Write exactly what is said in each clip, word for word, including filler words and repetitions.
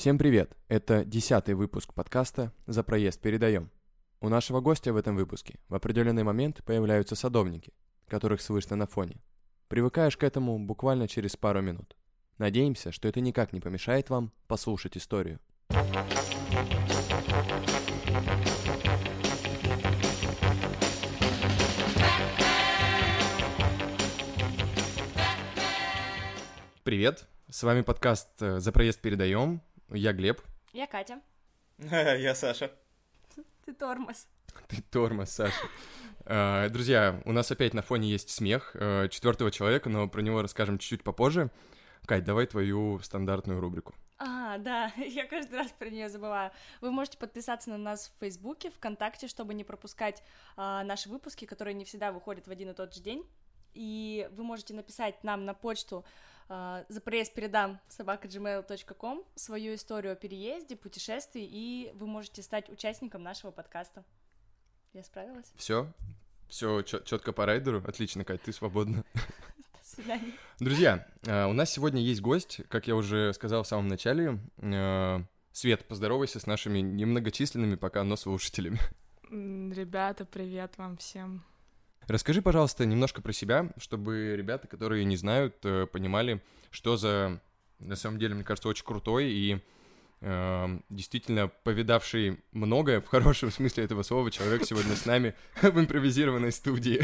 Всем привет! Это десятый выпуск подкаста «За проезд передаем». У нашего гостя в этом выпуске в определенный момент появляются садовники, которых слышно на фоне. Привыкаешь к этому буквально через пару минут. Надеемся, что это никак не помешает вам послушать историю. Привет! С вами подкаст «За проезд передаем». Я Глеб. Я Катя. Я Саша. Ты тормоз. Ты тормоз, Саша. Друзья, у нас опять на фоне есть смех четвертого человека, но про него расскажем чуть-чуть попозже. Кать, давай твою стандартную рубрику. А, да, я каждый раз про нее забываю. Вы можете подписаться на нас в Фейсбуке, ВКонтакте, чтобы не пропускать а, наши выпуски, которые не всегда выходят в один и тот же день. И вы можете написать нам на почту uh, за проезд передам собака джи мейл точка ком свою историю о переезде, путешествии, и вы можете стать участником нашего подкаста. Я справилась? Все, все четко по райдеру. Отлично, Кать, ты свободна. До свидания. Друзья, у нас сегодня есть гость, как я уже сказал в самом начале. Свет, поздоровайся с нашими немногочисленными пока, но слушателями. Ребята, привет вам всем. Расскажи, пожалуйста, немножко про себя, чтобы ребята, которые не знают, понимали, что за, на самом деле, мне кажется, очень крутой и э, действительно повидавший многое, в хорошем смысле этого слова, человек сегодня с нами в импровизированной студии.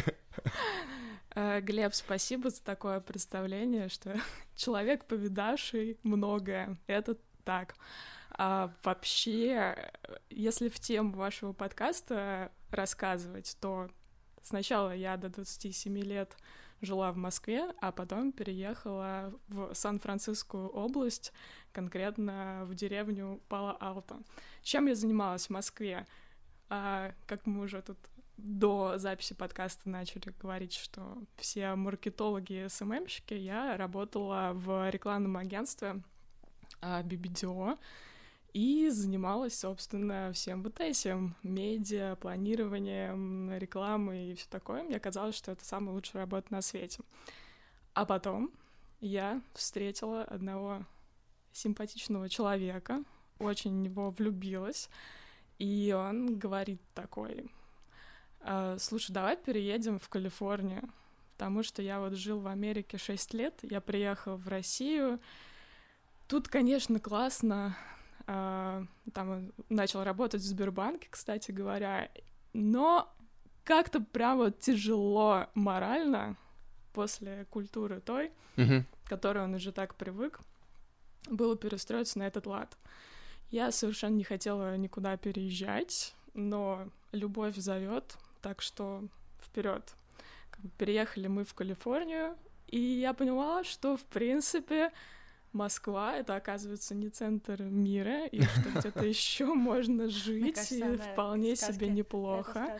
Глеб, спасибо за такое представление, что человек, повидавший многое, это так. А вообще, если в тему вашего подкаста рассказывать, то сначала я до двадцати семи лет жила в Москве, а потом переехала в Сан-Францискую область, конкретно в деревню Пало-Алто. Чем я занималась в Москве? А, как мы уже тут до записи подкаста начали говорить, что все маркетологи и эс эм эм-щики, я работала в рекламном агентстве би би ди о, и занималась, собственно, всем вот этим, медиа, планированием, рекламой и все такое. Мне казалось, что это самая лучшая работа на свете. А потом я встретила одного симпатичного человека, очень в него влюбилась, и он говорит такой: «Слушай, давай переедем в Калифорнию, потому что я вот жил в Америке шесть лет, я приехал в Россию, тут, конечно, классно». Uh, там начал работать в Сбербанке, кстати говоря, но как-то прям вот тяжело морально после культуры той, uh-huh. к которой он уже так привык, было перестроиться на этот лад. Я совершенно не хотела никуда переезжать, но любовь зовет, так что вперед. Переехали мы в Калифорнию, и я поняла, что, в принципе, Москва — это, оказывается, не центр мира, и что где-то еще можно жить, и вполне себе неплохо.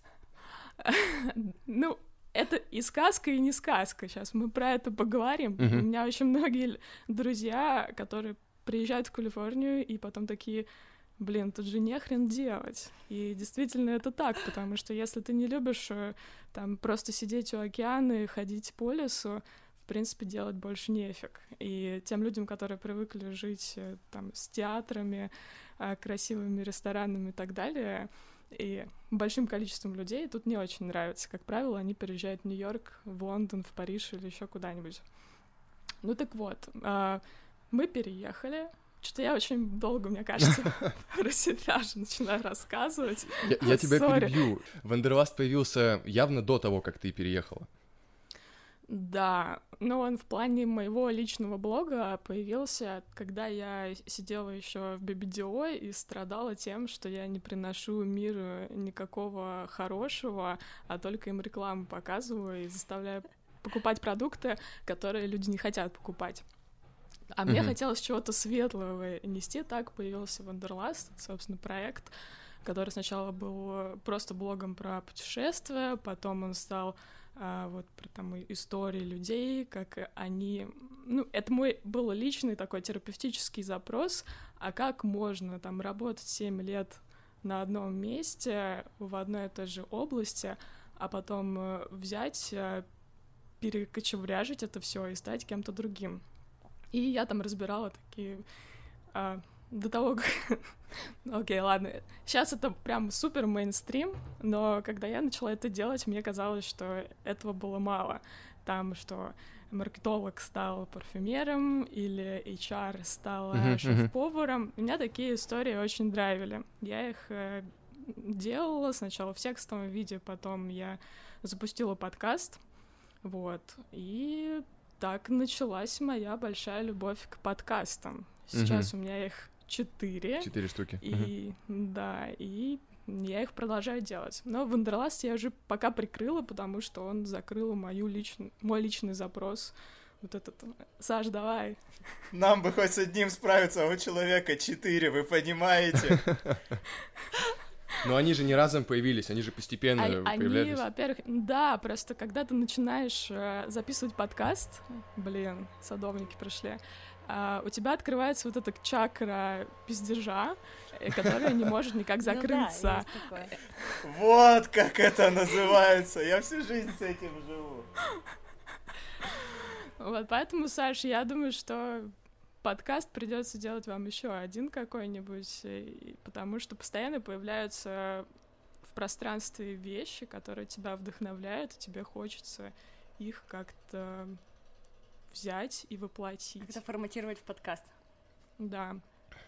Ну, это и сказка, и не сказка. Сейчас мы про это поговорим. У меня очень многие друзья, которые приезжают в Калифорнию, и потом такие: блин, тут же нехрен делать. И действительно это так, потому что если ты не любишь там просто сидеть у океана и ходить по лесу, в принципе, делать больше нефиг. И тем людям, которые привыкли жить там с театрами, красивыми ресторанами и так далее, и большим количеством людей тут не очень нравится. Как правило, они переезжают в Нью-Йорк, в Лондон, в Париж или еще куда-нибудь. Ну так вот, мы переехали. Что-то я очень долго, мне кажется, про себя же начинаю рассказывать. Я тебя перебью. Вандерласт появился явно до того, как ты переехала. Да, но он в плане моего личного блога появился, когда я сидела еще в би би ди о и страдала тем, что я не приношу миру никакого хорошего, а только им рекламу показываю и заставляю покупать продукты, которые люди не хотят покупать. А mm-hmm. мне хотелось чего-то светлого нести, так появился Вандерласт, собственно, проект, который сначала был просто блогом про путешествия, потом он стал а, вот про там истории людей, как они... Ну, это мой был личный такой терапевтический запрос, а как можно там работать семь лет на одном месте, в одной и той же области, а потом взять, перекочевряжить это все и стать кем-то другим. И я там разбирала такие... А, до того, как... Окей, ладно. Сейчас это прям супер мейнстрим, но когда я начала это делать, мне казалось, что этого было мало. Там, что маркетолог стал парфюмером или эйч ар стала uh-huh, шеф-поваром. Uh-huh. Меня такие истории очень драйвили. Я их э, делала сначала в текстовом виде, потом я запустила подкаст, вот, и так началась моя большая любовь к подкастам. Сейчас uh-huh. у меня их четыре. Четыре штуки. И, uh-huh. да, и я их продолжаю делать. Но Wanderlust я уже пока прикрыла, потому что он закрыл мою личн... мой личный запрос. Вот этот... Саш, давай. Нам бы хоть с одним справиться, а у человека четыре, вы понимаете? Но они же не разом появились, они же постепенно они, появлялись. Они, во-первых, да, просто когда ты начинаешь э, записывать подкаст, блин, садовники пришли, Uh, у тебя открывается вот эта чакра пиздежа, которая не может никак закрыться. Ну да, вот как это называется! Я всю жизнь с этим живу. Вот, поэтому, Саш, я думаю, что подкаст придется делать вам еще один какой-нибудь, потому что постоянно появляются в пространстве вещи, которые тебя вдохновляют, и тебе хочется их как-то взять и воплотить. Как-то форматировать в подкаст. Да.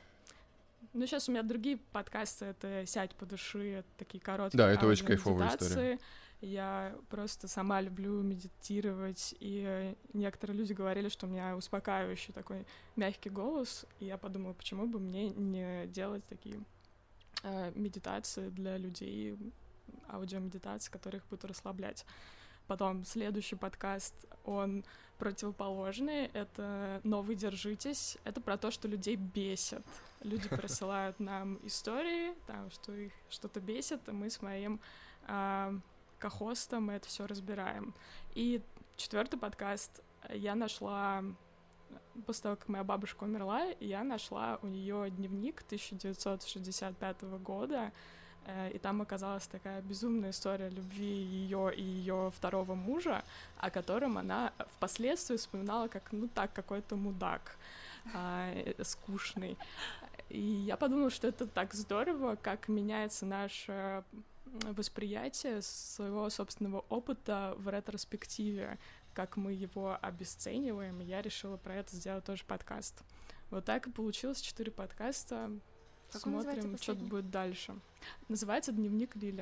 Ну, сейчас у меня другие подкасты, это «Сядь по души», это такие короткие да, это очень кайфовая история. Я просто сама люблю медитировать, и некоторые люди говорили, что у меня успокаивающий такой мягкий голос, и я подумала, почему бы мне не делать такие э, медитации для людей, аудиомедитации, которые их будут расслаблять. Потом следующий подкаст, он противоположный, это «Но вы держитесь», это про то, что людей бесит. Люди присылают нам истории, там, что их что-то бесит, и мы с моим э, кохостом это все разбираем. И четвертый подкаст я нашла, после того, как моя бабушка умерла, я нашла у нее дневник тысяча девятьсот шестьдесят пятого года, и там оказалась такая безумная история любви ее и ее второго мужа, о котором она впоследствии вспоминала как, ну так, какой-то мудак, а, скучный. И я подумала, что это так здорово, как меняется наше восприятие своего собственного опыта в ретроспективе, как мы его обесцениваем, и я решила про это сделать тоже подкаст. Вот так и получилось четыре подкаста. Как Смотрим, что будет дальше. Называется «Дневник Лили».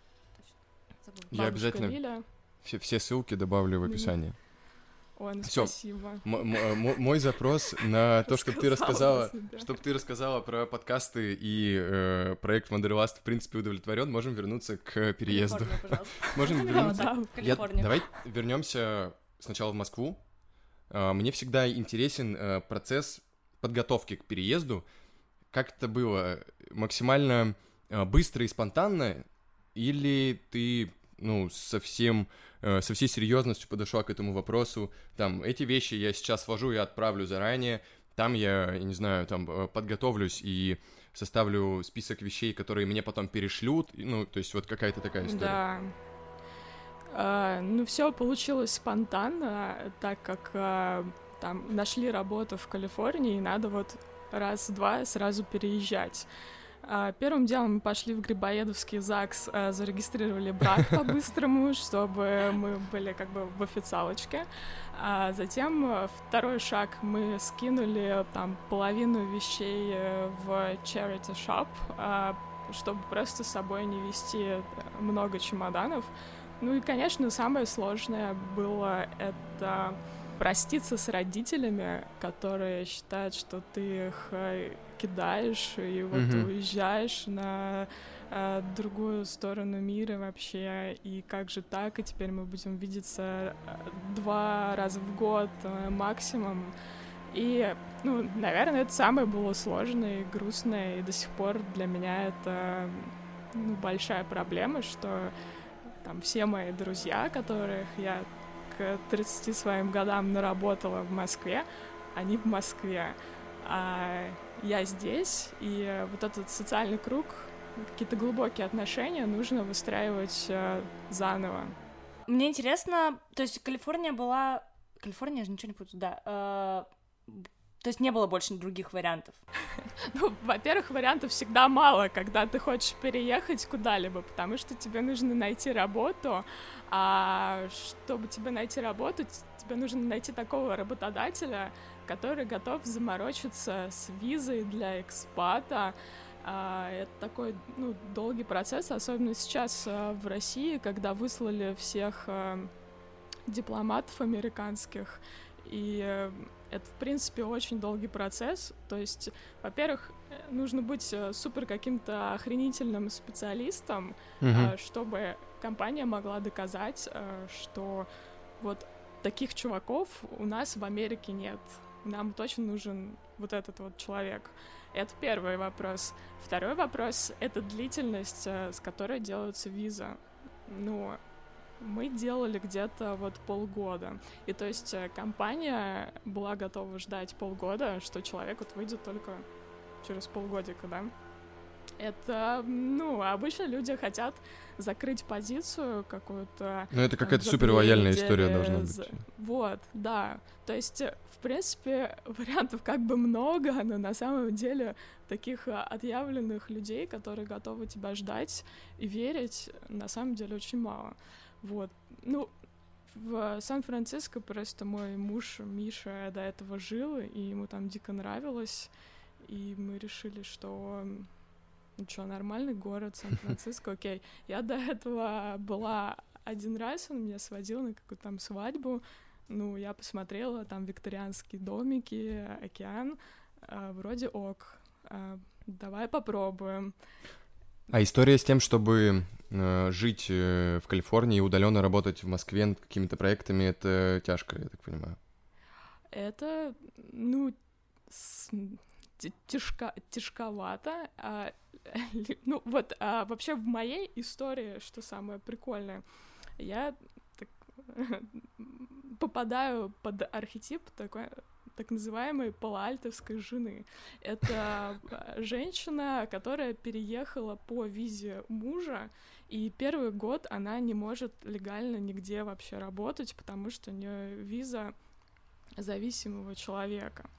Точно. Я обязательно Лиля. Все, все ссылки добавлю в описании. Ой, ну Всё. спасибо. М- м- мой запрос на то, чтобы ты рассказала, чтобы ты рассказала про подкасты и э, проект Wanderlust в принципе удовлетворен. Можем вернуться к переезду. Можем вернуться. Давай вернемся сначала в Москву. Мне всегда интересен процесс подготовки к переезду. Как это было? Максимально э, быстро и спонтанно? Или ты, ну, совсем, э, со всей серьезностью подошла к этому вопросу? Там, эти вещи я сейчас сложу и отправлю заранее. Там я, я не знаю, там, подготовлюсь и составлю список вещей, которые мне потом перешлют. Ну, то есть вот какая-то такая история. Да. А, ну, все получилось спонтанно, так как а, там нашли работу в Калифорнии, и надо вот раз-два сразу переезжать. Первым делом мы пошли в Грибоедовский ЗАГС, зарегистрировали брак по-быстрому, чтобы мы были как бы в официалочке. А затем второй шаг, мы скинули там половину вещей в charity shop, чтобы просто с собой не везти много чемоданов. Ну и, конечно, самое сложное было это проститься с родителями, которые считают, что ты их кидаешь и вот mm-hmm. уезжаешь на э, другую сторону мира вообще, и как же так, и теперь мы будем видеться два раза в год э, максимум. И, ну, наверное, это самое было сложное и грустное, и до сих пор для меня это, ну, большая проблема, что там все мои друзья, которых я к тридцати своим годам наработала в Москве, они в Москве, а я здесь, и вот этот социальный круг, какие-то глубокие отношения нужно выстраивать э, заново. Мне интересно, то есть Калифорния была... Калифорния же ничего не путаю, да. Э, То есть не было больше других вариантов? Ну, во-первых, вариантов всегда мало, когда ты хочешь переехать куда-либо, потому что тебе нужно найти работу, а чтобы тебе найти работу, тебе нужно найти такого работодателя, который готов заморочиться с визой для экспата. Это такой, ну, долгий процесс, особенно сейчас в России, когда выслали всех дипломатов американских, и это, в принципе, очень долгий процесс. То есть, во-первых, нужно быть супер каким-то охренительным специалистом, Мгм. чтобы компания могла доказать, что вот таких чуваков у нас в Америке нет. Нам точно нужен вот этот вот человек. Это первый вопрос. Второй вопрос — это длительность, с которой делается виза. Ну, мы делали где-то вот полгода. И то есть компания была готова ждать полгода, что человек вот выйдет только через полгодика, да. Это, ну, обычно люди хотят закрыть позицию какую-то. Ну, это какая-то за супер две лояльная недели история должна быть. за- Вот, да. То есть, в принципе, вариантов как бы много, но на самом деле таких а, отъявленных людей, которые готовы тебя ждать и верить, на самом деле очень мало. Вот. Ну, в Сан-Франциско просто мой муж Миша до этого жил, и ему там дико нравилось, и мы решили, что ну что, нормальный город, Сан-Франциско, окей. Я до этого была один раз, он меня сводил на какую-то там свадьбу, ну, я посмотрела, там викторианские домики, океан, а, вроде ок, а, давай попробуем. А история с тем, чтобы э, жить э, в Калифорнии и удаленно работать в Москве над какими-то проектами, это тяжко, я так понимаю. Это, ну, с- т- тяжко, тяжковато. а, ли- ну, вот, а, вообще в моей истории, что самое прикольное, я так, попадаю под архетип такой, так называемой палоальтовской жены. Это а, женщина, которая переехала по визе мужа, и первый год она не может легально нигде вообще работать, потому что у нее виза зависимого человека.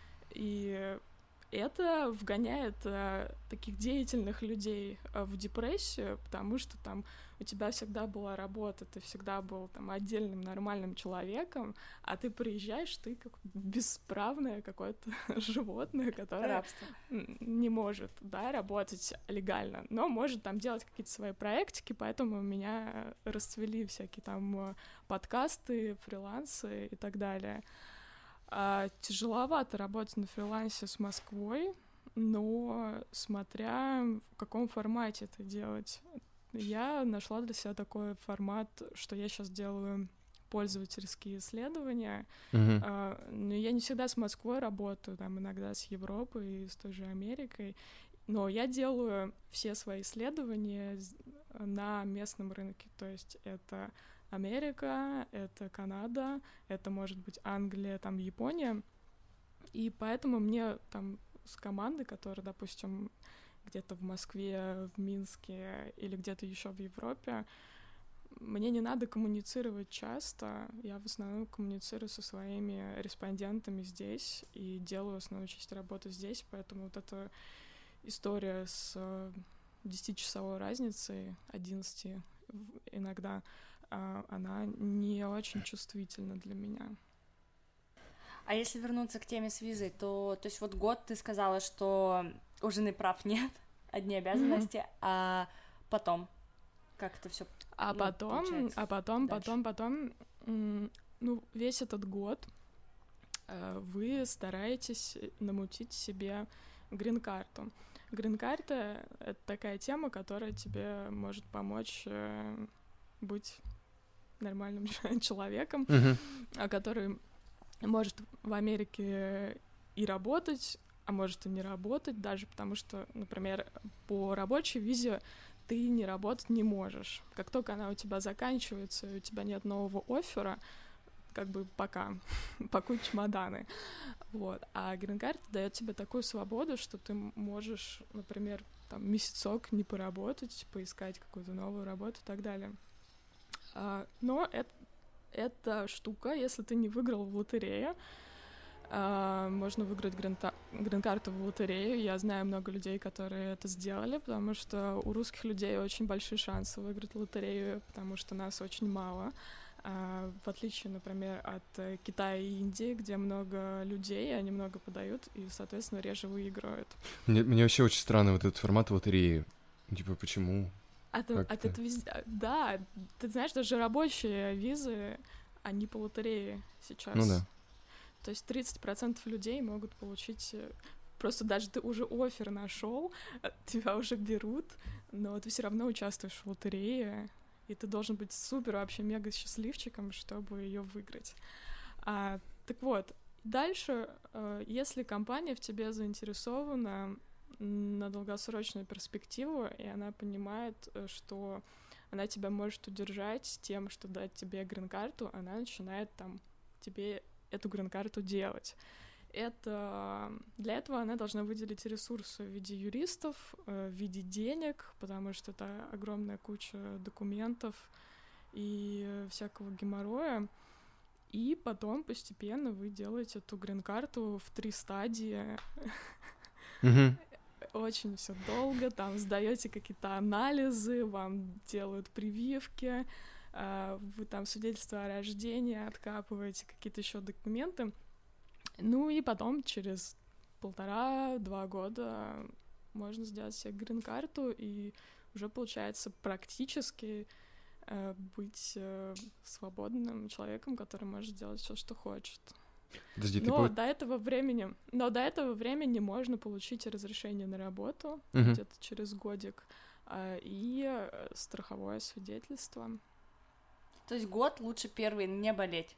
И это вгоняет а, таких деятельных людей а, в депрессию, потому что там у тебя всегда была работа, ты всегда был там отдельным нормальным человеком, а ты приезжаешь, ты как бесправное какое-то животное, которое Рабство. н- не может, да, работать легально, но может там делать какие-то свои проектики, поэтому меня расцвели всякие там э, подкасты, фрилансы и так далее. А, тяжеловато работать на фрилансе с Москвой, но смотря в каком формате это делать. Я нашла для себя такой формат, что я сейчас делаю пользовательские исследования, Мгм. а, но я не всегда с Москвой работаю, там иногда с Европой и с той же Америкой, но я делаю все свои исследования з- на местном рынке, то есть это Америка, это Канада, это может быть Англия, там Япония, и поэтому мне там с командой, которая, допустим, где-то в Москве, в Минске или где-то еще в Европе, мне не надо коммуницировать часто, я в основном коммуницирую со своими респондентами здесь и делаю основную часть работы здесь, поэтому вот эта история с э, десятичасовой разницей, одиннадцати в- иногда, а, она не очень чувствительна для меня. А если вернуться к теме с визой, то, то есть вот год ты сказала, что у жены прав нет, одни обязанности, а потом как это все? А Ну, потом, получается, а потом, дальше. потом, потом, м, ну, весь этот год э, вы стараетесь намутить себе грин-карту. Грин-карта — это такая тема, которая тебе может помочь э, быть нормальным человеком, Мгм. а который может в Америке и работать, а может и не работать, даже потому что, например, по рабочей визе ты не работать не можешь. Как только она у тебя заканчивается, и у тебя нет нового оффера, как бы пока, пакуй чемоданы. Вот. А грин-карта дает тебе такую свободу, что ты можешь, например, там, месяцок не поработать, поискать какую-то новую работу и так далее. А, но это, эта штука, если ты не выиграл в лотерею, а, можно выиграть грин-та- грин-карту в лотерею. Я знаю много людей, которые это сделали, потому что у русских людей очень большие шансы выиграть лотерею, потому что нас очень мало. А, в отличие, например, от Китая и Индии, где много людей, они много подают и, соответственно, реже выигрывают. Мне, мне вообще очень странно вот этот формат лотереи. Типа, почему? А ты, а ты везде... Да, ты знаешь, даже рабочие визы, они по лотерее сейчас. Ну да. То есть тридцать процентов людей могут получить... Просто даже ты уже оффер нашел, тебя уже берут, но ты все равно участвуешь в лотерее, и ты должен быть супер вообще мега счастливчиком, чтобы ее выиграть. А, так вот, дальше, если компания в тебе заинтересована на долгосрочную перспективу, и она понимает, что она тебя может удержать тем, что дать тебе грин-карту, она начинает там тебе эту грин-карту делать. Это... Для этого она должна выделить ресурсы в виде юристов, в виде денег, потому что это огромная куча документов и всякого геморроя. И потом постепенно вы делаете эту грин-карту в три стадии. Mm-hmm. Очень все долго, там сдаете какие-то анализы, вам делают прививки, вы там свидетельство о рождении откапываете, какие-то еще документы. Ну и потом через полтора-два года можно сделать себе грин-карту, и уже получается практически э, быть э, свободным человеком, который может делать все, что хочет. Подожди, но ты... до этого времени, но до этого времени можно получить разрешение на работу uh-huh. где-то через годик э, и страховое свидетельство. То есть год лучше первый не болеть.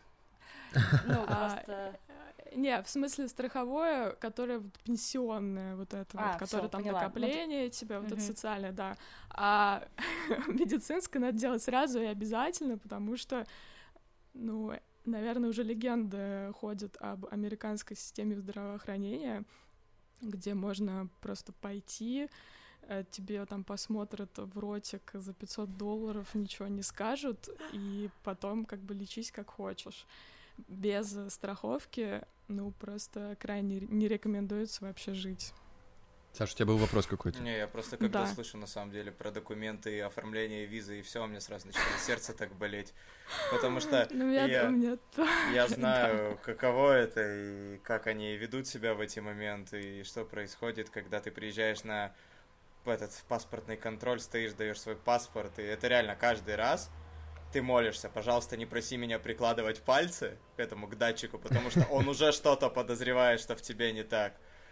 Ну, просто... Не, в смысле страховое, которое пенсионное, вот это а, вот, которое там поняла. накопление тебя, вот угу. это социальное, да. А медицинское надо делать сразу и обязательно, потому что, ну, наверное, уже легенды ходят об американской системе здравоохранения, где можно просто пойти, тебе там посмотрят в ротик за пятьсот долларов, ничего не скажут, и потом как бы лечись как хочешь. Без страховки, ну, просто крайне не рекомендуется вообще жить. Саша, у тебя был вопрос какой-то? Не, я просто когда да. слышу, на самом деле, про документы и оформление визы, и все, у меня сразу начинает сердце так болеть. Потому что ну, я, я, меня... я знаю, каково это, и как они ведут себя в эти моменты, и что происходит, когда ты приезжаешь на этот паспортный контроль, стоишь, даешь свой паспорт, и это реально каждый раз ты молишься, пожалуйста, не проси меня прикладывать пальцы к этому, к датчику, потому что он уже что-то подозревает, что в тебе не так.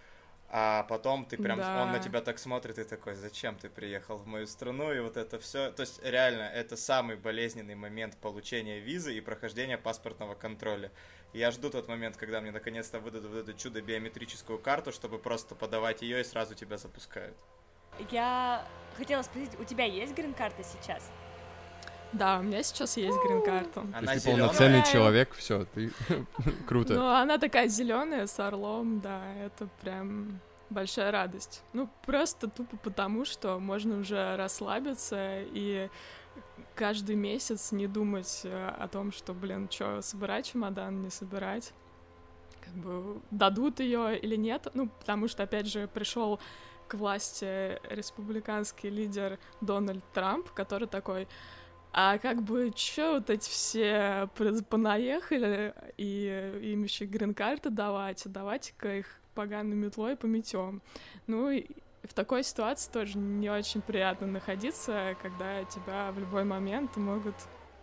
А потом ты прям, да. он на тебя так смотрит и такой, зачем ты приехал в мою страну, и вот это все. То есть реально это самый болезненный момент получения визы и прохождения паспортного контроля. И я жду тот момент, когда мне наконец-то выдадут вот эту чудо-биометрическую карту, чтобы просто подавать ее и сразу тебя запускают. Я хотела спросить, у тебя есть грин-карта сейчас? Да, у меня сейчас есть грин-карта. Она То есть ты зелёная? полноценный человек, все, ты круто. Ну, она такая зеленая с орлом, да, это прям большая радость. Ну, просто тупо потому, что можно уже расслабиться и каждый месяц не думать о том, что, блин, что, собирать чемодан, не собирать. Как бы дадут ее или нет. Ну, потому что, опять же, пришел к власти республиканский лидер Дональд Трамп, который такой... А как бы, чё вот эти все понаехали, и им еще грин-карты давать, давайте-ка их поганой метлой пометем. Ну и в такой ситуации тоже не очень приятно находиться, когда тебя в любой момент могут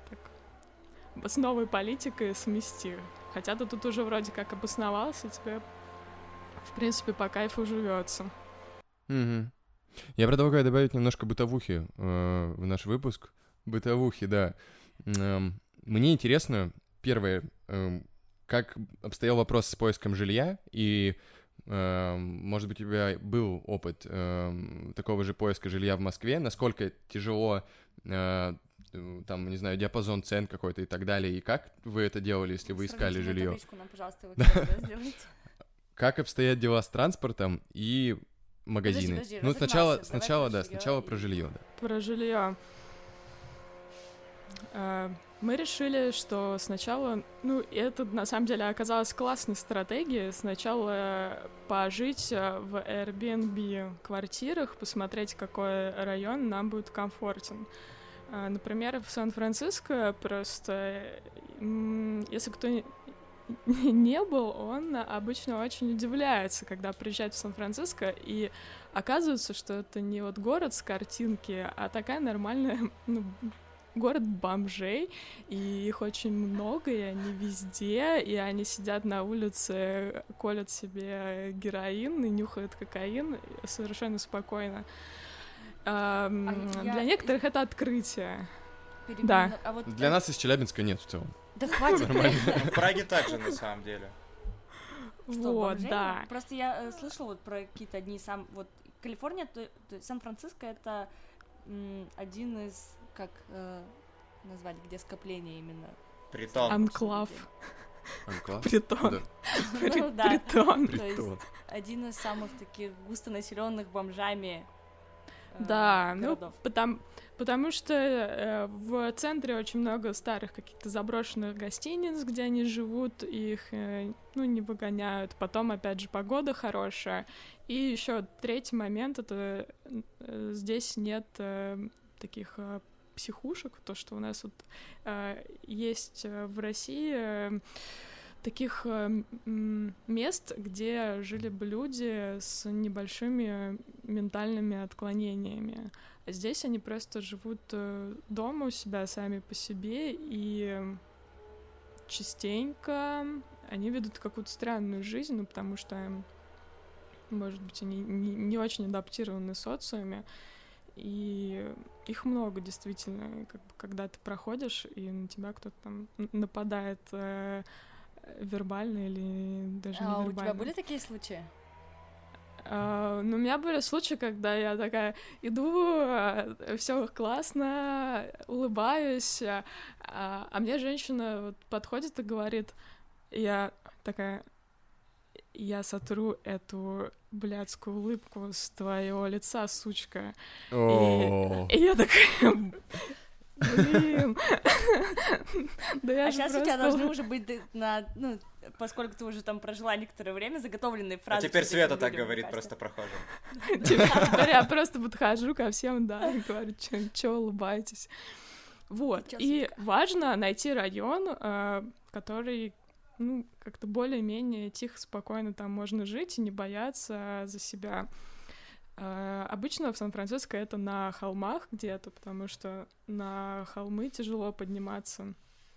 так, с новой политикой смести. Хотя ты тут уже вроде как обосновался, тебе, в принципе, по кайфу живется. Угу. Я предлагаю добавить немножко бытовухи э, в наш выпуск. Бытовухи, да. Мне интересно, первое, как обстоял вопрос с поиском жилья, и, может быть, у тебя был опыт такого же поиска жилья в Москве, насколько тяжело, там, не знаю, диапазон цен какой-то и так далее, и как вы это делали, если вы искали жилье? Нам, пожалуйста, вы сделайте. Как обстоят дела с транспортом и магазины? Подожди, подожди, ну, сначала, массы, сначала, да, жильё сначала и... про жилье, да. Про жилье. Мы решили, что сначала, ну, это на самом деле оказалось классной стратегией, сначала пожить в Airbnb квартирах, посмотреть, какой район нам будет комфортен. Например, в Сан-Франциско просто, если кто не был, он обычно очень удивляется, когда приезжает в Сан-Франциско, и оказывается, что это не вот город с картинки, а такая нормальная, ну, город бомжей, и их очень много, и они везде, и они сидят на улице, колят себе героин и нюхают кокаин совершенно спокойно. А, а для я... некоторых это открытие. Перебью, да. А вот для это... нас из Челябинска нет в целом. Да хватит. В Праге также, на самом деле. Что, вот, бомжей? да. Просто я э, слышала вот про какие-то одни сам... Вот Калифорния, то, то, Сан-Франциско — это м, один из... Как э, назвать, где скопление именно? Притон. Анклав. Анклав? Притон. Ну, да. Притон. То есть один из самых таких густонаселенных бомжами э, да, городов. Ну, потому, потому что э, в центре очень много старых каких-то заброшенных гостиниц, где они живут, их э, ну, не выгоняют. Потом, опять же, погода хорошая. И еще третий момент — это э, здесь нет э, таких э, психушек, то, что у нас вот э, есть в России э, таких э, мест, где жили бы люди с небольшими ментальными отклонениями. А здесь они просто живут э, дома у себя сами по себе, и частенько они ведут какую-то странную жизнь, ну, потому что, может быть, они не, не очень адаптированы в социуме. И их много, действительно, как бы, когда ты проходишь, и на тебя кто-то там нападает э, вербально или даже а невербально. У тебя были такие случаи? Uh, ну, у меня были случаи, когда я такая иду, все классно, улыбаюсь, а, а мне женщина вот подходит и говорит, я такая, я сотру эту блядскую улыбку с твоего лица, сучка. Oh. И, и я такая, блин. Да я а же сейчас просто... у тебя должны уже быть, на, ну, поскольку ты уже там прожила некоторое время, заготовленные фразы. А теперь Света так говорит просто прохожим. Теперь я просто подхожу ко всем, да, и говорю, чё улыбаетесь. Вот, и важно найти район, который, ну, как-то более-менее тихо, спокойно там можно жить и не бояться за себя. Uh, обычно в Сан-Франциско это на холмах где-то, потому что на холмы тяжело подниматься,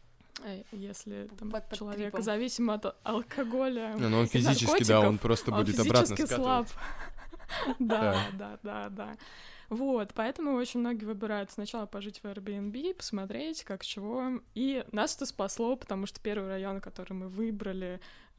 если там под, под человек трипом. Зависим от алкоголя. Ну, он физически, да, он просто он будет обратно скатывать. Да, да, да, да. Вот, поэтому очень многие выбирают сначала пожить в Airbnb, посмотреть, как чего. И нас это спасло, потому что первый район, который мы выбрали,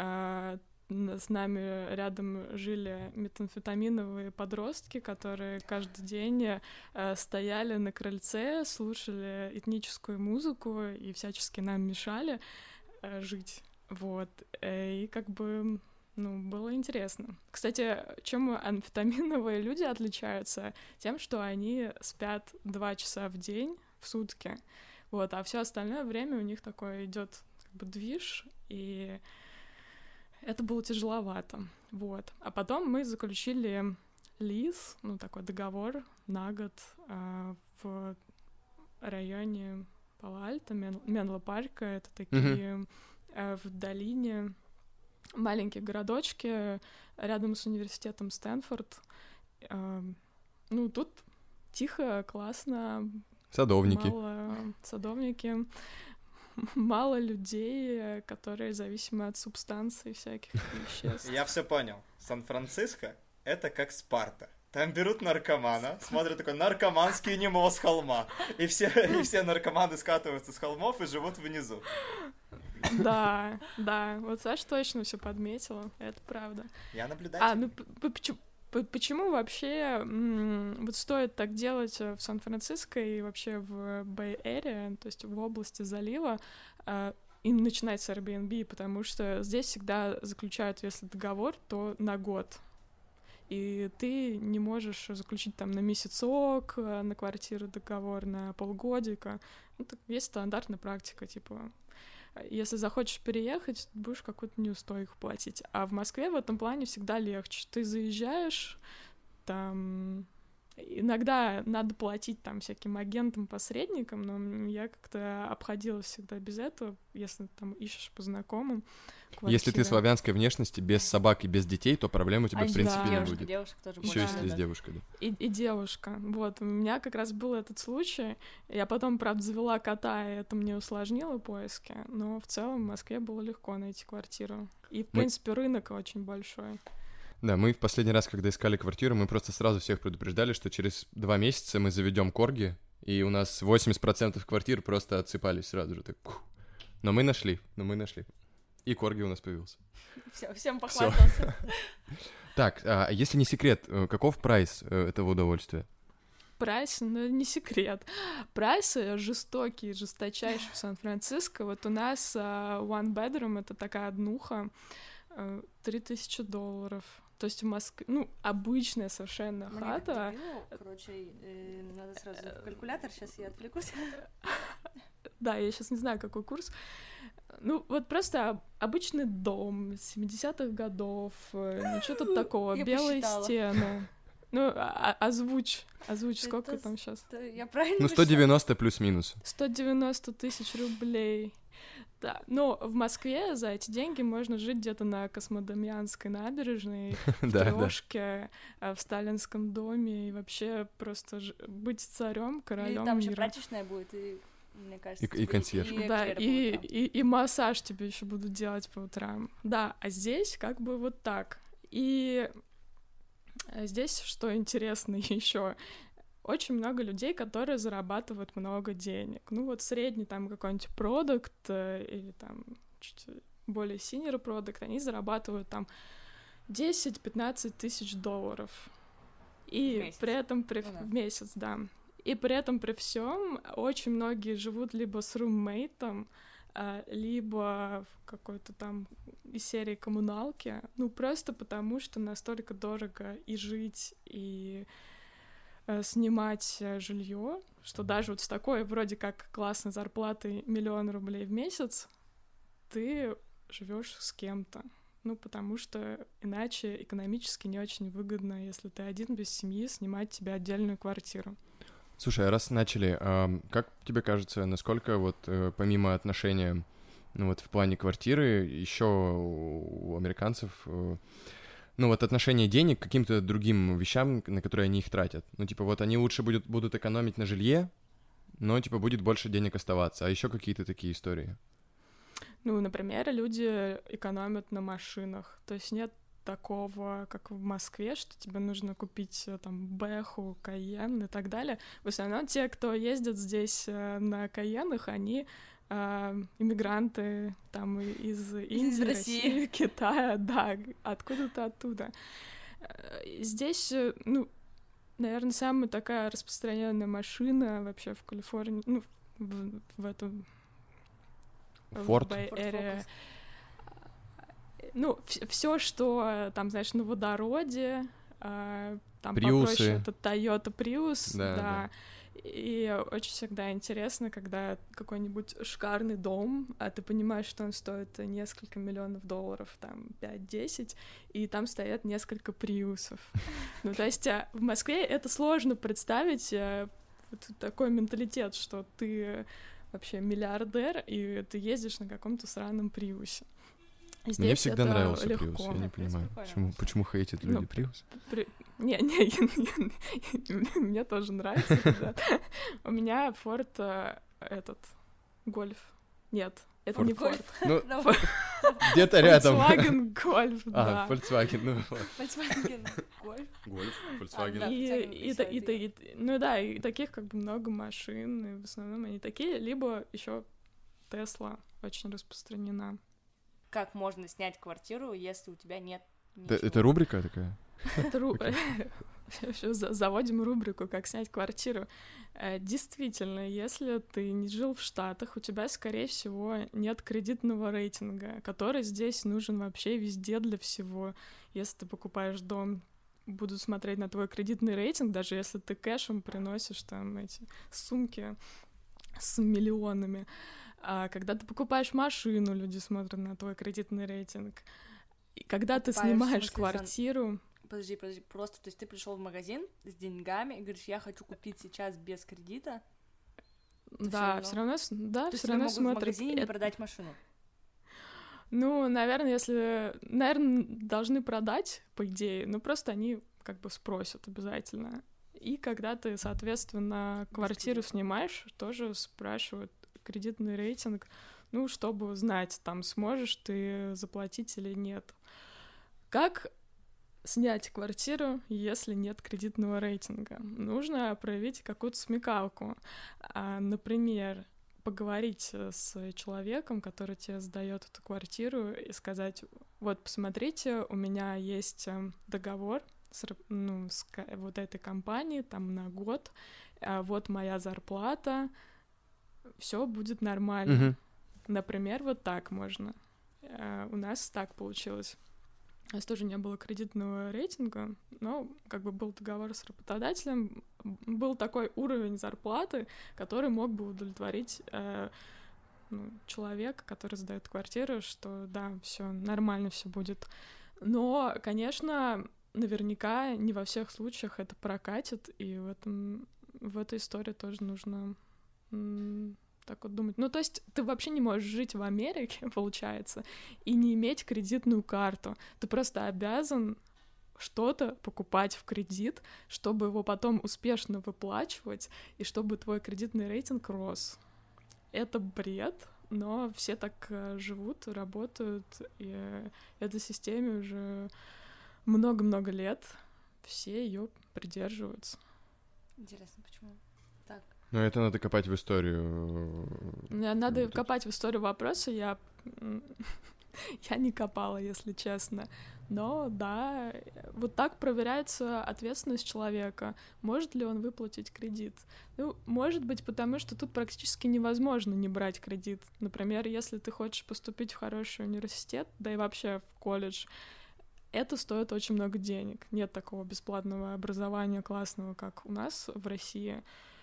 с нами рядом жили метамфетаминовые подростки, которые каждый день э, стояли на крыльце, слушали этническую музыку и всячески нам мешали э, жить. Вот. И как бы, ну, было интересно. Кстати, чем амфетаминовые люди отличаются? Тем, что они спят два часа в день, в сутки. Вот, а все остальное время у них такой идет как бы движ, и это было тяжеловато, вот. А потом мы заключили лиз, ну, такой договор на год э, в районе Пало-Альто, Мен- Менло-Парка. Это такие mm-hmm. э, в долине маленькие городочки рядом с университетом Стэнфорд. Э, ну, тут тихо, классно. Садовники. Мало садовники. Мало людей, которые зависимы от субстанций всяких веществ. Я все понял. Сан-Франциско — это как Спарта. Там берут наркомана, смотрят такой наркоманский немо с холма, и все, и все наркоманы скатываются с холмов и живут внизу. Да, да, вот Саша точно все подметила, это правда. Я наблюдатель. А, ну почему? Почему вообще м- вот стоит так делать в Сан-Франциско и вообще в Bay Area, то есть в области залива, э, и начинать с Airbnb, потому что здесь всегда заключают, если договор, то на год. и ты не можешь заключить там на месяцок, на квартиру договор на полгодика. Ну, так есть стандартная практика, типа, если захочешь переехать, будешь какую-то неустойку платить. А в Москве в этом плане всегда легче. Ты заезжаешь, там... Иногда надо платить там всяким агентам, посредникам, но я как-то обходилась всегда без этого, если там ищешь по знакомым квартиры. Если ты славянской внешности, без собак и без детей, то проблем у тебя, а в принципе, да. не девушка, будет. Девушка тоже Еще больше, если да, ты с да. девушкой, да. И, и девушка. Вот, у меня как раз был этот случай. Я потом, правда, завела кота, и это мне усложнило поиски, но в целом в Москве было легко найти квартиру. И, в Мы... принципе, рынок очень большой. Да, мы в последний раз, когда искали квартиру, мы просто сразу всех предупреждали, что через два месяца мы заведем корги, и у нас восемьдесят процентов квартир просто отсыпались сразу же. Так, но мы нашли, но мы нашли. И корги у нас появился. Все, всем похвастался. Всё. Так, а если не секрет, каков прайс этого удовольствия? Прайс, ну, не секрет. Прайсы жестокие, жесточайшие в Сан-Франциско. Вот у нас uh, one bedroom — это такая однуха, uh, три тысячи долларов. То есть в Москве, ну, обычная совершенно Мне хата. дебилу, короче, э, надо сразу в калькулятор, сейчас я отвлекусь. Да, я сейчас не знаю, какой курс. Ну, вот просто обычный дом семидесятых годов, ничего тут такого, белые стены. Ну, а- озвучь, озвучь, сколько Это там сейчас? Я правильно Ну, сто девяносто плюс-минус. сто девяносто тысяч рублей. Да, но в Москве за эти деньги можно жить где-то на Космодемьянской набережной, в Трёшке, в Сталинском доме, и вообще просто быть царем, королем мира. Там еще прачечная будет, и, мне кажется... И, и консьерж. И, да, и, и, и массаж тебе еще будут делать по утрам. Да, а здесь как бы вот так. И здесь, что интересно еще, очень много людей, которые зарабатывают много денег. Ну вот средний там какой-нибудь продукт или там чуть более senior продукт, они зарабатывают там десять-пятнадцать тысяч долларов. И в месяц. при этом при... Ну, да. в месяц, да. И при этом при всем очень многие живут либо с руммейтом, либо в какой-то там из серии коммуналки, ну просто потому, что настолько дорого и жить, и э, снимать жилье, что даже вот с такой вроде как классной зарплатой миллион рублей в месяц ты живешь с кем-то. Ну, потому что иначе экономически не очень выгодно, если ты один без семьи, снимать тебе отдельную квартиру. Слушай, а раз начали, а как тебе кажется, насколько вот э, помимо отношения, ну вот в плане квартиры, еще у американцев, э, ну вот отношение денег к каким-то другим вещам, на которые они их тратят? Ну типа вот они лучше будут, будут экономить на жилье, но типа будет больше денег оставаться, а еще какие-то такие истории? Ну, например, люди экономят на машинах, то есть нет такого, как в Москве, что тебе нужно купить там Бэху, Кайен и так далее. В основном те, кто ездит здесь э, на Кайенах, они э, иммигранты там из Индии, из России, России, Китая, да, откуда-то оттуда. Здесь, ну, наверное, самая такая распространенная машина вообще в Калифорнии, ну, в, в этом... Форд? Ну, все, что там, знаешь, на водороде, э, там Приусы. попроще, это Toyota Prius, да, да. да. И очень всегда интересно, когда какой-нибудь шикарный дом, а ты понимаешь, что он стоит несколько миллионов долларов, там, пять-десять, и там стоят несколько приусов. Ну, то есть в Москве это сложно представить, вот такой менталитет, что ты вообще миллиардер, и ты ездишь на каком-то сраном приусе. Здесь Мне всегда нравился легко. Prius, я не Да, понимаю, Prius почему, почему хейтят люди Ну, Prius? При... Не, не, мне тоже нравится, ребят. У меня Ford э, этот, Гольф. Нет, это Ford не Golf. Ford. Ну, где-то рядом. Volkswagen Golf, А, да. Volkswagen, ну Volkswagen Golf. Гольф, А, да. Volkswagen. И, Volkswagen и, та- и, та- веселая и- ну да, и таких как бы много машин, и в основном они такие, либо еще Тесла очень распространена. Как можно снять квартиру, если у тебя нет Это, ничего? это рубрика такая? Это ру- Ещё за- заводим рубрику «Как снять квартиру». Э, Действительно, если ты не жил в Штатах, у тебя, скорее всего, нет кредитного рейтинга, который здесь нужен вообще везде для всего. Если ты покупаешь дом будут смотреть на твой кредитный рейтинг, даже если ты кэшем приносишь там эти сумки с миллионами. А когда ты покупаешь машину, люди смотрят на твой кредитный рейтинг. И когда Покупаешь, ты снимаешь в смысле, квартиру... Подожди, подожди, просто, то есть ты пришел в магазин с деньгами и говоришь, я хочу купить сейчас без кредита? Да, все равно, да, то все равно могут смотрят. в магазине не Это... продать машину? Ну, наверное, если... Наверное, должны продать, по идее, но просто они как бы спросят обязательно. И когда ты, соответственно, квартиру снимаешь, тоже спрашивают кредитный рейтинг, ну, чтобы узнать, там, сможешь ты заплатить или нет. Как снять квартиру, если нет кредитного рейтинга? Нужно проявить какую-то смекалку. А, например, поговорить с человеком, который тебе сдает эту квартиру, и сказать: вот, посмотрите, у меня есть договор с, ну, с вот этой компанией там на год, а вот моя зарплата, все будет нормально. Мгм. Например, вот так можно. А, у нас так получилось. У нас тоже не было кредитного рейтинга, но как бы был договор с работодателем, был такой уровень зарплаты, который мог бы удовлетворить э, ну, человека, который сдает квартиру, что да, все нормально, все будет. Но, конечно, наверняка не во всех случаях это прокатит, и в этом в этой истории тоже нужно м- так вот думать. Ну, то есть ты вообще не можешь жить в Америке, получается, и не иметь кредитную карту. Ты просто обязан что-то покупать в кредит, чтобы его потом успешно выплачивать, и чтобы твой кредитный рейтинг рос. Это бред, но все так э, живут, работают, и э, этой системе уже много-много лет, все ее придерживаются. Интересно, почему так? Ну, это надо копать в историю. Надо Вот копать в историю вопроса, я... я не копала, если честно. Но да, вот так проверяется ответственность человека. Может ли он выплатить кредит? Ну, может быть, потому что тут практически невозможно не брать кредит. Например, если ты хочешь поступить в хороший университет, да и вообще в колледж, это стоит очень много денег. Нет такого бесплатного образования классного, как у нас в России.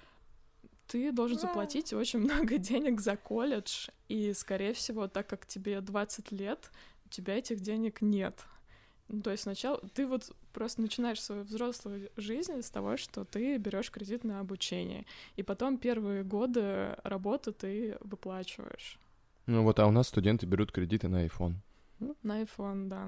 Ты должен заплатить очень много денег за колледж, и, скорее всего, так как тебе двадцать лет, у тебя этих денег нет. Ну, то есть сначала ты вот просто начинаешь свою взрослую жизнь с того, что ты берешь кредит на обучение, и потом первые годы работы ты выплачиваешь. Ну вот, а у нас студенты берут кредиты на iPhone. На iPhone, да.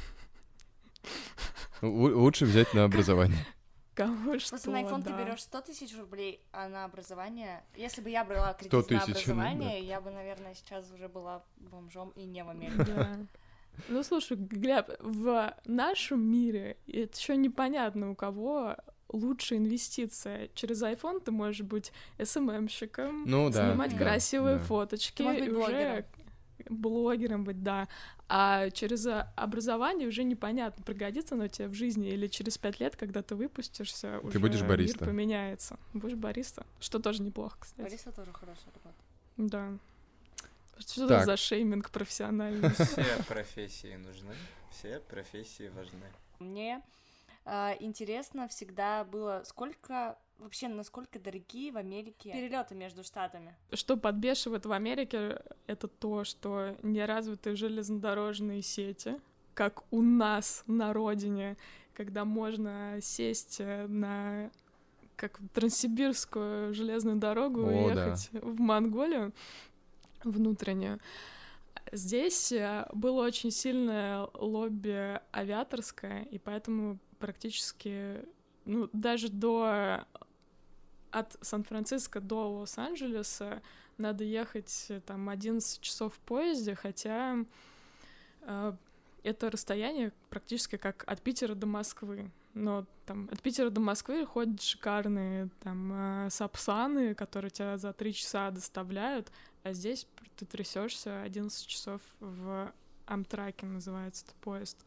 Л- лучше взять на образование. Кому что, Просто на iPhone да. ты берешь сто тысяч рублей, а на образование... Если бы я брала сто кредит на тысяч, ну, образование, я бы, наверное, сейчас уже была бомжом и не в Америке. Да. Ну, слушай, Глеб, в нашем мире это еще непонятно, у кого лучше инвестиция. Через iPhone ты можешь быть эс эм эм-щиком, Ну да, снимать да, красивые да. фоточки, Ты можешь быть и уже блогером быть, да. А через образование уже непонятно, пригодится оно тебе в жизни, или через пять лет, когда ты выпустишься, уже будешь бариста. мир поменяется. Будешь бариста, что тоже неплохо, кстати. Бориса тоже хорошая работа. Да. Что Так. это за шейминг профессиональный? Все профессии нужны, все профессии важны. Мне э, интересно всегда было, сколько вообще, насколько дорогие в Америке перелеты между штатами. Что подбешивает в Америке, это то, что неразвитые железнодорожные сети, как у нас на родине, когда можно сесть на как Транссибирскую железную дорогу и О, ехать в Монголию внутреннюю. Здесь было очень сильное лобби авиаторское, и поэтому практически, ну, даже до... от Сан-Франциско до Лос-Анджелеса надо ехать там одиннадцать часов в поезде, хотя э, это расстояние практически как от Питера до Москвы. Но там от Питера до Москвы ходят шикарные там э, сапсаны, которые тебя за три часа доставляют, а здесь ты трясешься одиннадцать часов в Амтраке, называется этот поезд.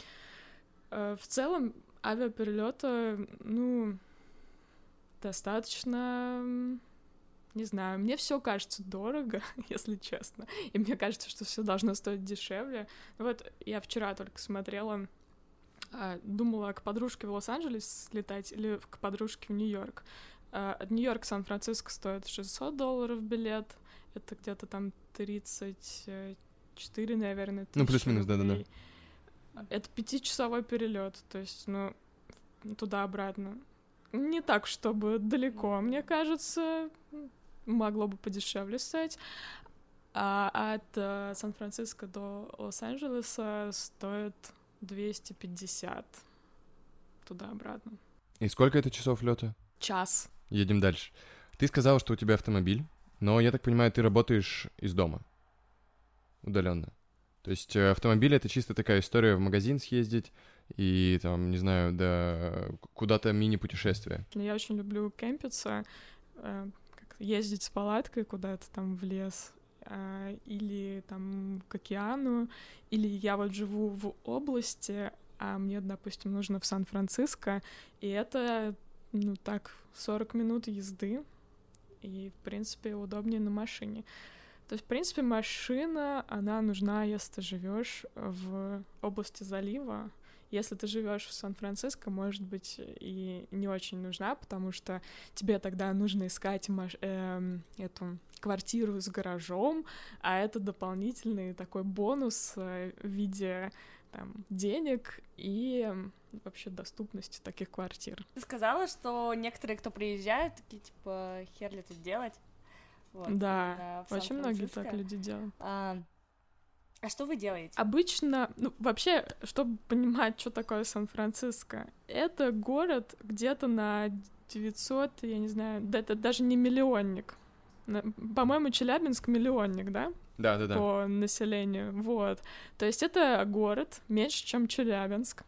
Э, в целом авиаперелеты, ну, достаточно, не знаю, мне все кажется дорого, если честно, и мне кажется, что все должно стоить дешевле. Вот я вчера только смотрела думала к подружке в Лос-Анджелес слетать или к подружке в Нью-Йорк. Нью-Йорк, Сан-Франциско стоит шестьсот долларов билет. Это где-то там тридцать четыре, наверное, тысячи. Ну, плюс-минус, да-да-да. Это пятичасовой перелет, то есть, ну, туда-обратно. Не так, чтобы далеко, мне кажется, могло бы подешевле стоить. А от uh, Сан-Франциско до Лос-Анджелеса стоит двести пятьдесят туда-обратно. И сколько это часов лета? Час. Едем дальше. Ты сказала, что у тебя автомобиль, но, я так понимаю, ты работаешь из дома, удаленно. То есть автомобиль — это чисто такая история в магазин съездить и, там, не знаю, да, куда-то мини-путешествие. Я очень люблю кемпиться, ездить с палаткой куда-то там в лес, или там к океану, или я вот живу в области, а мне, допустим, нужно в Сан-Франциско, и это, ну так, сорок минут езды, и, в принципе, удобнее на машине. То есть, в принципе, машина, она нужна, если ты живешь в области залива. Если ты живешь в Сан-Франциско, может быть, и не очень нужна, потому что тебе тогда нужно искать маш... э, эту квартиру с гаражом, а это дополнительный такой бонус в виде там, денег и вообще доступности таких квартир. Ты сказала, что некоторые, кто приезжают, такие, типа, хер ли тут делать? Вот, да, очень многие так люди делают. А, а что вы делаете? Обычно, ну, вообще, чтобы понимать, что такое Сан-Франциско, это город где-то на девятьсот, я не знаю, да, это даже не миллионник. По-моему, Челябинск миллионник, да? Да, да, да. По населению, вот. То есть это город меньше, чем Челябинск.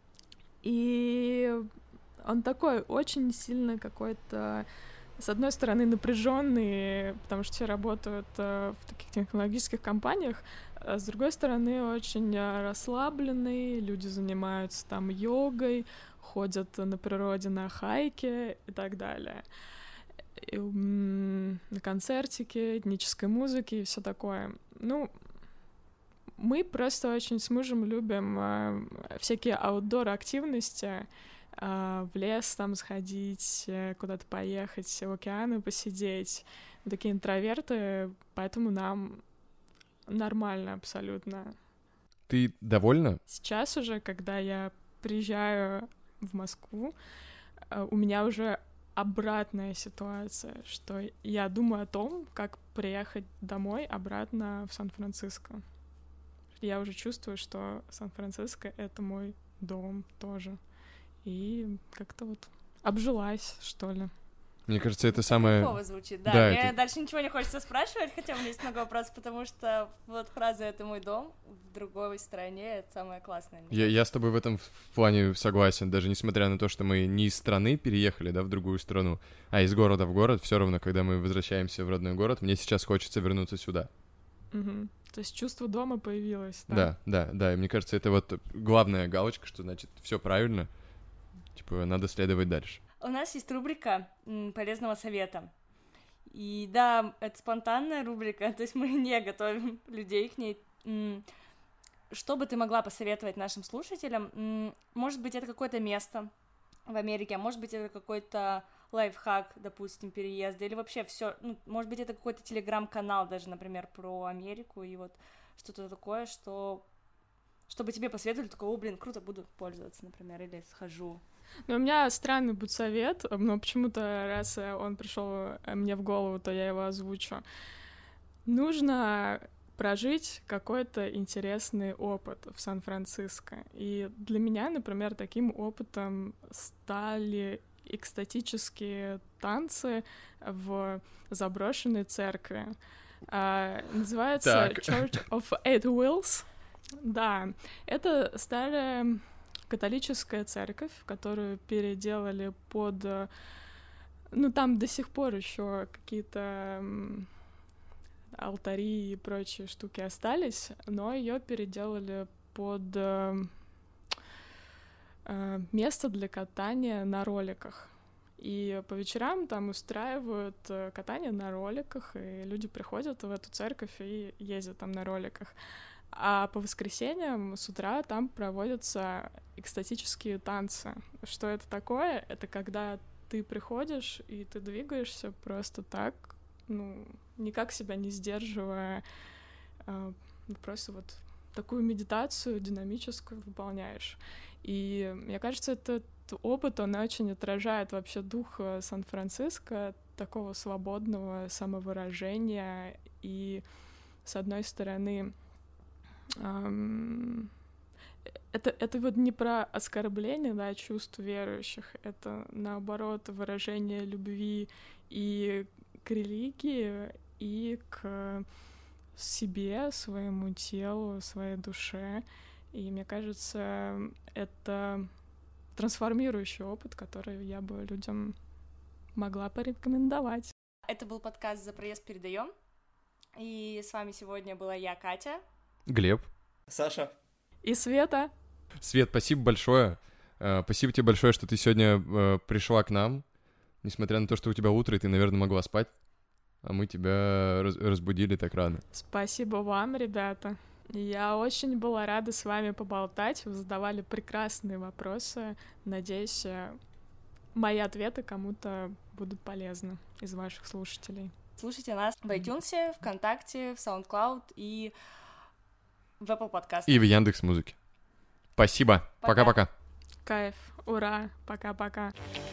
И он такой очень сильно какой-то, с одной стороны, напряженный, потому что все работают в таких технологических компаниях, а с другой стороны, очень расслабленный, люди занимаются там йогой, ходят на природе на хайке и так далее. И, м- на концертике, этнической музыки и все такое. Ну, мы просто очень с мужем любим э, всякие аутдор-активности, э, в лес там сходить, э, куда-то поехать, у океана посидеть. Мы такие интроверты, поэтому нам нормально абсолютно. Ты довольна? Сейчас уже, когда я приезжаю в Москву, э, у меня уже обратная ситуация, что я думаю о том, как приехать домой обратно в Сан-Франциско. Я уже чувствую, что Сан-Франциско — это мой дом тоже. И как-то вот обжилась, что ли. Мне кажется, это самое... Кайфово звучит, да. да Мне это... дальше ничего не хочется спрашивать, хотя у меня есть много вопросов, потому что вот фраза «это мой дом» в другой стране — это самое классное. Я, я с тобой в этом в плане согласен, даже несмотря на то, что мы не из страны переехали, да, в другую страну, а из города в город, все равно, когда мы возвращаемся в родной город, мне сейчас хочется вернуться сюда. Угу. То есть чувство дома появилось, да? Да, да, да, и мне кажется, это вот главная галочка, что значит все правильно, типа надо следовать дальше. У нас есть рубрика м, полезного совета. И да, это спонтанная рубрика, то есть мы не готовим людей к ней. М, что бы ты могла посоветовать нашим слушателям? М, может быть, это какое-то место в Америке, а может быть, это какой-то лайфхак, допустим, переезда, или вообще все, ну, может быть, это какой-то телеграм-канал даже, например, про Америку, и вот что-то такое, что... Чтобы тебе посоветовали, такого, блин, круто, буду пользоваться, например, или схожу. Ну, у меня странный будет совет, но почему-то, раз он пришел мне в голову, то я его озвучу. Нужно прожить какой-то интересный опыт в Сан-Франциско. И для меня, например, таким опытом стали экстатические танцы в заброшенной церкви. А, называется так. Church of Eight Wheels. Да, это старая католическая церковь, которую переделали под... Ну, там до сих пор еще какие-то алтари и прочие штуки остались, но ее переделали под место для катания на роликах. И по вечерам там устраивают катание на роликах, и люди приходят в эту церковь и ездят там на роликах. А по воскресеньям с утра там проводятся экстатические танцы. Что это такое? Это когда ты приходишь и ты двигаешься просто так, ну, никак себя не сдерживая, а, просто вот такую медитацию динамическую выполняешь. И мне кажется, этот опыт, он очень отражает вообще дух Сан-Франциско, такого свободного самовыражения. И, с одной стороны, эм, это, это вот не про оскорбление, да, чувств верующих, это, наоборот, выражение любви и к религии, и к себе, своему телу, своей душе. И мне кажется, это трансформирующий опыт, который я бы людям могла порекомендовать. Это был подкаст «За проезд передаем». И с вами сегодня была я, Катя. Глеб. Саша. И Света. Свет, спасибо большое. Спасибо тебе большое, что ты сегодня пришла к нам. Несмотря на то, что у тебя утро, и ты, наверное, могла спать, а мы тебя разбудили так рано. Спасибо вам, ребята. Я очень была рада с вами поболтать. Вы задавали прекрасные вопросы. Надеюсь, мои ответы кому-то будут полезны из ваших слушателей. Слушайте нас в iTunes, ВКонтакте, в SoundCloud и в Apple Podcast. И в Яндекс.Музыке. Спасибо. Пока-пока. Кайф. Ура. Пока-пока.